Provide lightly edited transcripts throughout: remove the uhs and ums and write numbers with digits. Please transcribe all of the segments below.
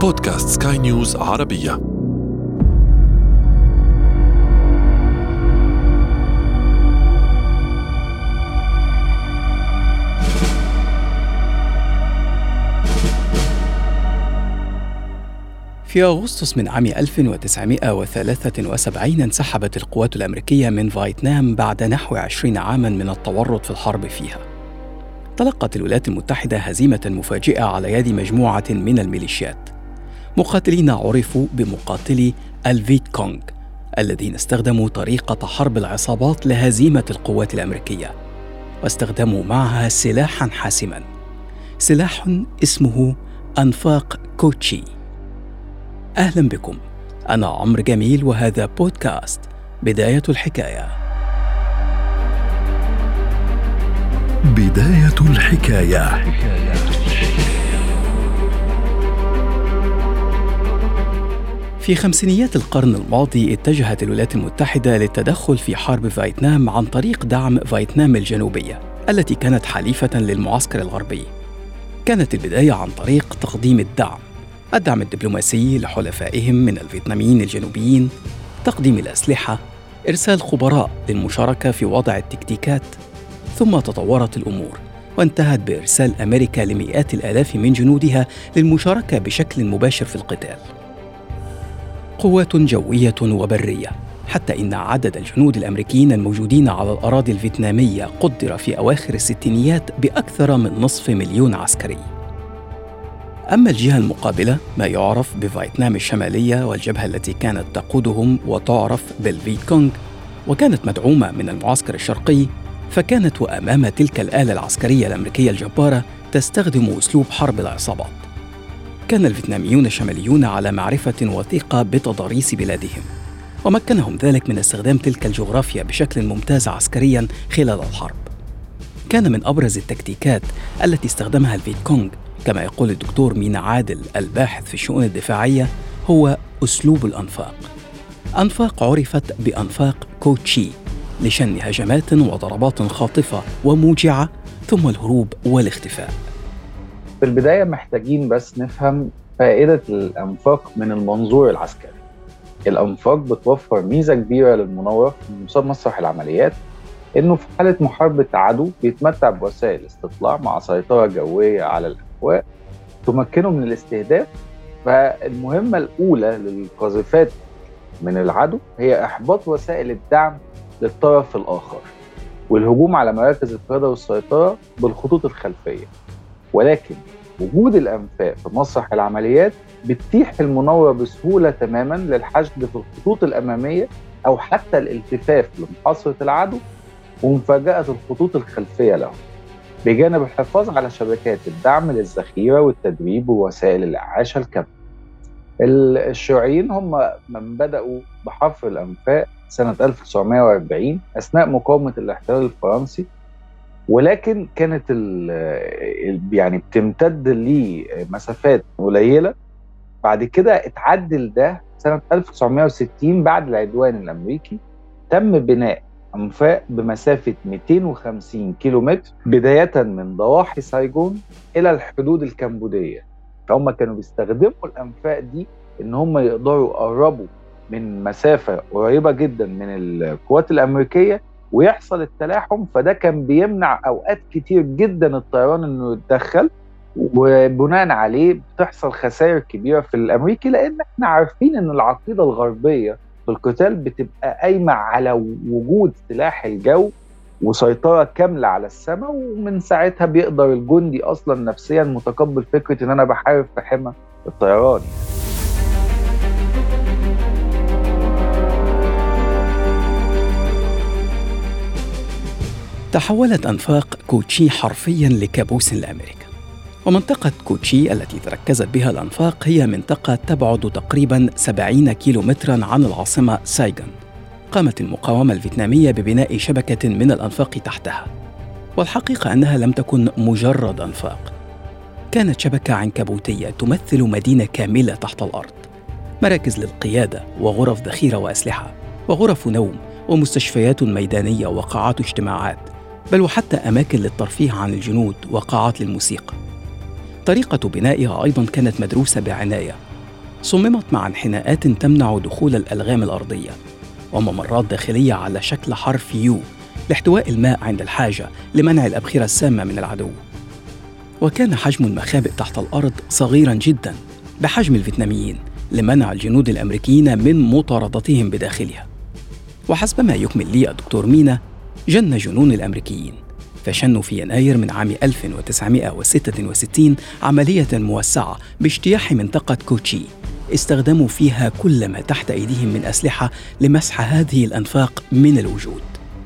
بودكاست سكاي نيوز عربية. في أغسطس من عام 1973 انسحبت القوات الأمريكية من فيتنام بعد نحو 20 عاماً من التورط في الحرب فيها. تلقت الولايات المتحدة هزيمة مفاجئة على يد مجموعة من الميليشيات، مقاتلين عرفوا بمقاتلي الفيت كونغ، الذين استخدموا طريقة حرب العصابات لهزيمة القوات الأمريكية، واستخدموا معها سلاحاً حاسماً، سلاح اسمه أنفاق كوتشي. أهلا بكم، أنا عمرو جميل وهذا بودكاست بداية الحكاية. بداية الحكاية. في خمسينيات القرن الماضي اتجهت الولايات المتحدة للتدخل في حرب فيتنام عن طريق دعم فيتنام الجنوبية التي كانت حليفة للمعسكر الغربي. كانت البداية عن طريق تقديم الدعم الدبلوماسي لحلفائهم من الفيتناميين الجنوبيين، تقديم الأسلحة، إرسال خبراء للمشاركة في وضع التكتيكات. ثم تطورت الأمور وانتهت بإرسال أمريكا لمئات الآلاف من جنودها للمشاركة بشكل مباشر في القتال. قوات جوية وبرية، حتى إن عدد الجنود الأمريكيين الموجودين على الأراضي الفيتنامية قدر في أواخر الستينيات بأكثر من 500,000 عسكري. أما الجهة المقابلة ما يعرف بفيتنام الشمالية والجبهة التي كانت تقودهم وتعرف بالفيت كونغ وكانت مدعومة من المعسكر الشرقي، فكانت وأمام تلك الآلة العسكرية الأمريكية الجبارة تستخدم أسلوب حرب العصابات. كان الفيتناميون الشماليون على معرفة وثيقة بتضاريس بلادهم، ومكنهم ذلك من استخدام تلك الجغرافيا بشكل ممتاز عسكرياً خلال الحرب. كان من أبرز التكتيكات التي استخدمها الفيت كونغ، كما يقول الدكتور مينا عادل الباحث في الشؤون الدفاعية، هو أسلوب الأنفاق. أنفاق عرفت بأنفاق كوتشي لشن هجمات وضربات خاطفة وموجعة، ثم الهروب والاختفاء. في البداية محتاجين بس نفهم فائدة الأنفاق من المنظور العسكري. الأنفاق بتوفر ميزة كبيرة للمناورة في مسرح العمليات، إنه في حالة محاربة عدو بيتمتع بوسائل استطلاع مع سيطرة جوية على الأهواء تمكنه من الاستهداف. فالمهمة الأولى للقاذفات من العدو هي إحباط وسائل الدعم للطرف الآخر والهجوم على مراكز القيادة والسيطرة بالخطوط الخلفية. ولكن وجود الأنفاق في مسرح العمليات بتتيح المناورة بسهولة تماماً للحشد في الخطوط الأمامية أو حتى الالتفاف لمحاصرة العدو ومفاجأة الخطوط الخلفية له، بجانب الحفاظ على شبكات الدعم للذخيرة والتدريب ووسائل الإعاشة الكاملة. الشيوعيين هم من بدأوا بحفر الأنفاق سنة 1940 أثناء مقاومة الاحتلال الفرنسي، ولكن كانت يعني بتمتد لمسافات قليلة. بعد كده اتعدل ده سنة 1960 بعد العدوان الأمريكي، تم بناء أنفاق بمسافة 250 كيلومتر بداية من ضواحي سايغون إلى الحدود الكمبودية. فهم كانوا بيستخدموا الأنفاق دي إن هم يقدروا يقربوا من مسافة قريبة جدا من القوات الأمريكية ويحصل التلاحم. فده كان بيمنع أوقات كتير جدا الطيران إنه يتدخل، وبناء عليه بتحصل خسائر كبيرة في الأمريكي، لأن احنا عارفين إن العقيدة الغربية في القتال بتبقى قايمة على وجود سلاح الجو وسيطرة كاملة على السماء، ومن ساعتها بيقدر الجندي أصلا نفسيا متقبل فكرة إن أنا بحارب في حمى الطيران. تحولت أنفاق كوتشي حرفياً لكابوس لأمريكا. ومنطقة كوتشي التي تركزت بها الأنفاق هي منطقة تبعد تقريباً 70 كيلومتراً عن العاصمة سايغون. قامت المقاومة الفيتنامية ببناء شبكة من الأنفاق تحتها، والحقيقة أنها لم تكن مجرد أنفاق، كانت شبكة عنكبوتية تمثل مدينة كاملة تحت الأرض، مراكز للقيادة وغرف ذخيرة وأسلحة وغرف نوم ومستشفيات ميدانية وقاعات اجتماعات، بل وحتى أماكن للترفيه عن الجنود وقاعات للموسيقى. طريقة بنائها أيضاً كانت مدروسة بعناية صممت مع انحناءات تمنع دخول الألغام الأرضية، وممرات داخلية على شكل حرف يو لاحتواء الماء عند الحاجة لمنع الأبخرة السامة من العدو. وكان حجم المخابئ تحت الأرض صغيراً جداً بحجم الفيتناميين لمنع الجنود الأمريكيين من مطاردتهم بداخلها. وحسب ما يكمل لي الدكتور مينا، جن جنون الأمريكيين، فشنوا في يناير من عام 1966 عملية موسعة باجتياح منطقة كوتشي، استخدموا فيها كل ما تحت أيديهم من أسلحة لمسح هذه الأنفاق من الوجود.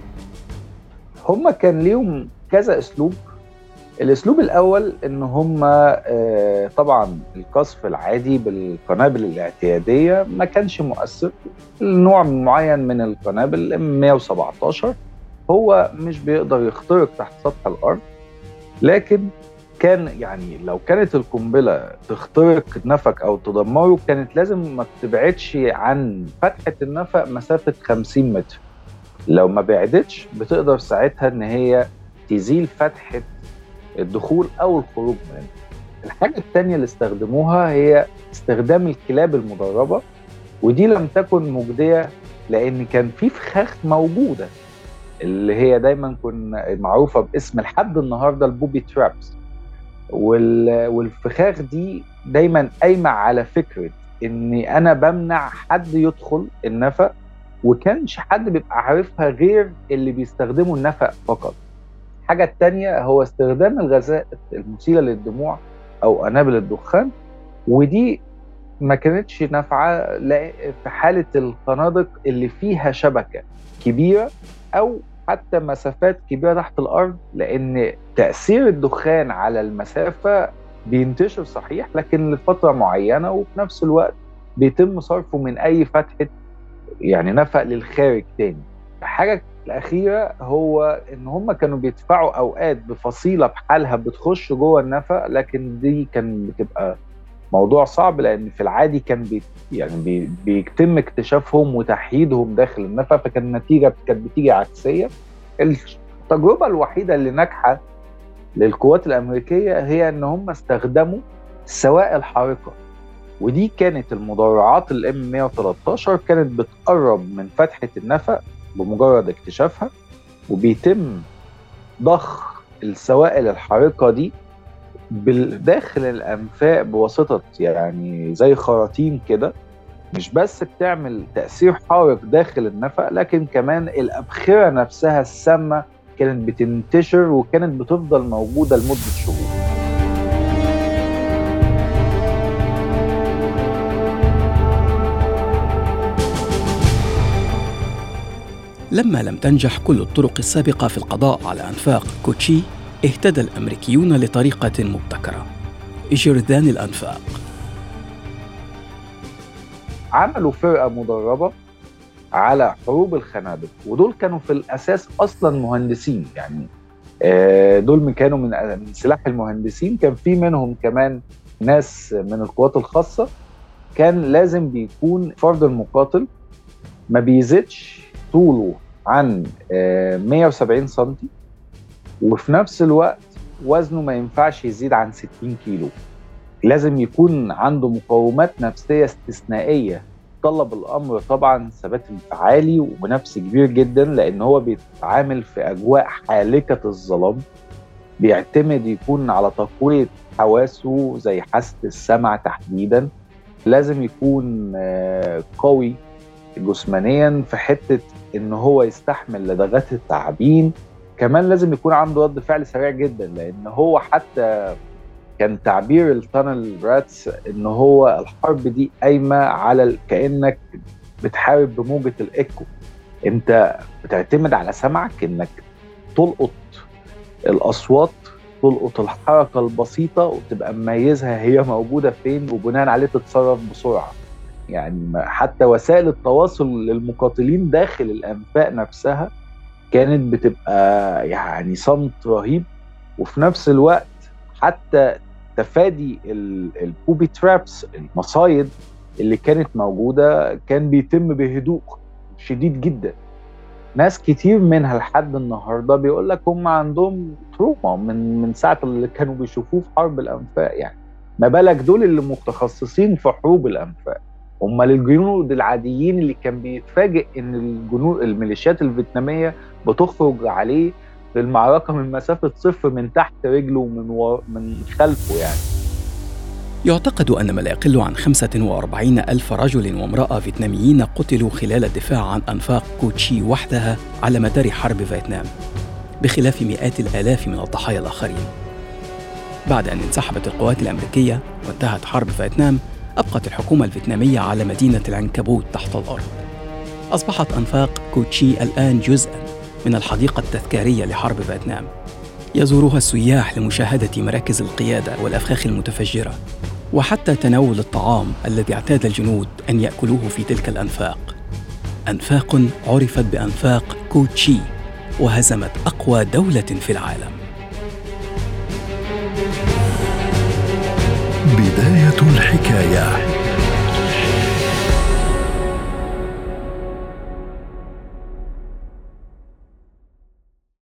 هم كان ليهم كذا أسلوب. الأسلوب الأول إن هم طبعا القصف العادي بالقنابل الاعتيادية ما كانش مؤثر. النوع معين من القنابل 117 هو مش بيقدر يخترق تحت سطح الأرض، لكن كان يعني لو كانت القنبلة تخترق نفق أو تدمره كانت لازم ما تبعدش عن فتحة النفق مسافة 50 متر. لو ما بعدتش بتقدر ساعتها إن هي تزيل فتحة الدخول أو الخروج منه. الحاجة التانية اللي استخدموها هي استخدام الكلاب المدربة، ودي لم تكن مجدية لأن كان في فخاخ موجودة اللي هي دايما كنا معروفة باسم لحد النهاردة البوبي ترابس. والفخاخ دي دايما قايمة على فكرة إني أنا بمنع حد يدخل النفق، وكانش حد بيبقى عارفها غير اللي بيستخدموا النفق فقط. الحاجة التانية هو استخدام الغازات المسيلة للدموع أو قنابل الدخان، ودي ما كانتش نافعة في حالة الخنادق اللي فيها شبكة كبيرة أو حتى مسافات كبيرة تحت الأرض، لأن تأثير الدخان على المسافة بينتشر صحيح لكن لفترة معينة، وفي نفس الوقت بيتم صرفه من أي فتحة يعني نفق للخارج تاني. الحاجة الأخيرة هو إن هم كانوا بيدفعوا أوقات بفصيلة بحالها بتخش جوه النفق، لكن دي كان بتبقى موضوع صعب لأن في العادي كان بيتم اكتشافهم وتحييدهم داخل النفق، فكان النتيجة كانت بتيجي عكسية. التجربة الوحيدة اللي ناجحة للقوات الأمريكية هي إن هم استخدموا السوائل الحارقة، ودي كانت المدرعات الام 113 كانت بتقرب من فتحة النفق بمجرد اكتشافها، وبيتم ضخ السوائل الحارقة دي داخل الأنفاق بواسطة يعني زي خراطيم كده، مش بس بتعمل تأثير حارق داخل النفق لكن كمان الأبخرة نفسها السامة كانت بتنتشر وكانت بتفضل موجودة لمدة شهور. لما لم تنجح كل الطرق السابقة في القضاء على أنفاق كوتشي، اهتدى الأمريكيون لطريقة مبتكرة: جرذان الأنفاق. عملوا فرقة مدربة على حروب الخنادق، ودول كانوا في الأساس أصلا مهندسين، يعني دول كانوا من سلاح المهندسين. كان في منهم كمان ناس من القوات الخاصة. كان لازم بيكون فرد المقاتل ما بيزيدش طوله عن 170 سنتي، وفي نفس الوقت وزنه ما ينفعش يزيد عن 60 كيلو. لازم يكون عنده مقومات نفسية استثنائية. طلب الأمر طبعا ثبات انفعالي ونفس كبير جدا، لأن هو بيتعامل في أجواء حالكة الظلام. بيعتمد يكون على تقوية حواسه زي حاسة السمع تحديدا. لازم يكون قوي جسمانيا في حتة إن هو يستحمل لدغات التعابين. كمان لازم يكون عنده رد فعل سريع جدا، لأن هو حتى كان تعبير التانل راتس إن هو الحرب دي قايمة على كأنك بتحارب بموجة الإيكو. أنت بتعتمد على سمعك إنك تلقط الأصوات، تلقط الحركة البسيطة وتبقى مميزها هي موجودة فين، وبناء عليه تتصرف بسرعة. يعني حتى وسائل التواصل للمقاتلين داخل الأنفاق نفسها كانت بتبقى يعني صمت رهيب. وفي نفس الوقت حتى تفادي البوبي ترابس، المصايد اللي كانت موجودة، كان بيتم بهدوء شديد جدا. ناس كتير منها لحد النهاردة بيقول لك هم عندهم تروما من ساعة اللي كانوا بيشوفوه في حرب الأنفاق. يعني ما بالك دول اللي متخصصين في حروب الأنفاق. امال الجنود العاديين اللي كان بيتفاجئ ان الجنود الميليشيات الفيتنامية بتخرج عليه للمعركة من مسافة صفر من تحت رجله ومن خلفه يعني. يعتقد أن ما لا يقل عن 45 ألف رجل وامرأة فيتناميين قتلوا خلال الدفاع عن أنفاق كوتشي وحدها على مدار حرب فيتنام، بخلاف مئات الآلاف من الضحايا الآخرين. بعد أن انسحبت القوات الأمريكية وانتهت حرب فيتنام، أبقت الحكومة الفيتنامية على مدينة العنكبوت تحت الأرض. أصبحت أنفاق كوتشي الآن جزءاً من الحديقة التذكارية لحرب فيتنام، يزورها السياح لمشاهدة مراكز القيادة والأفخاخ المتفجرة، وحتى تناول الطعام الذي اعتاد الجنود أن يأكلوه في تلك الأنفاق. أنفاق عرفت بأنفاق كوتشي وهزمت أقوى دولة في العالم. بداية الحكاية.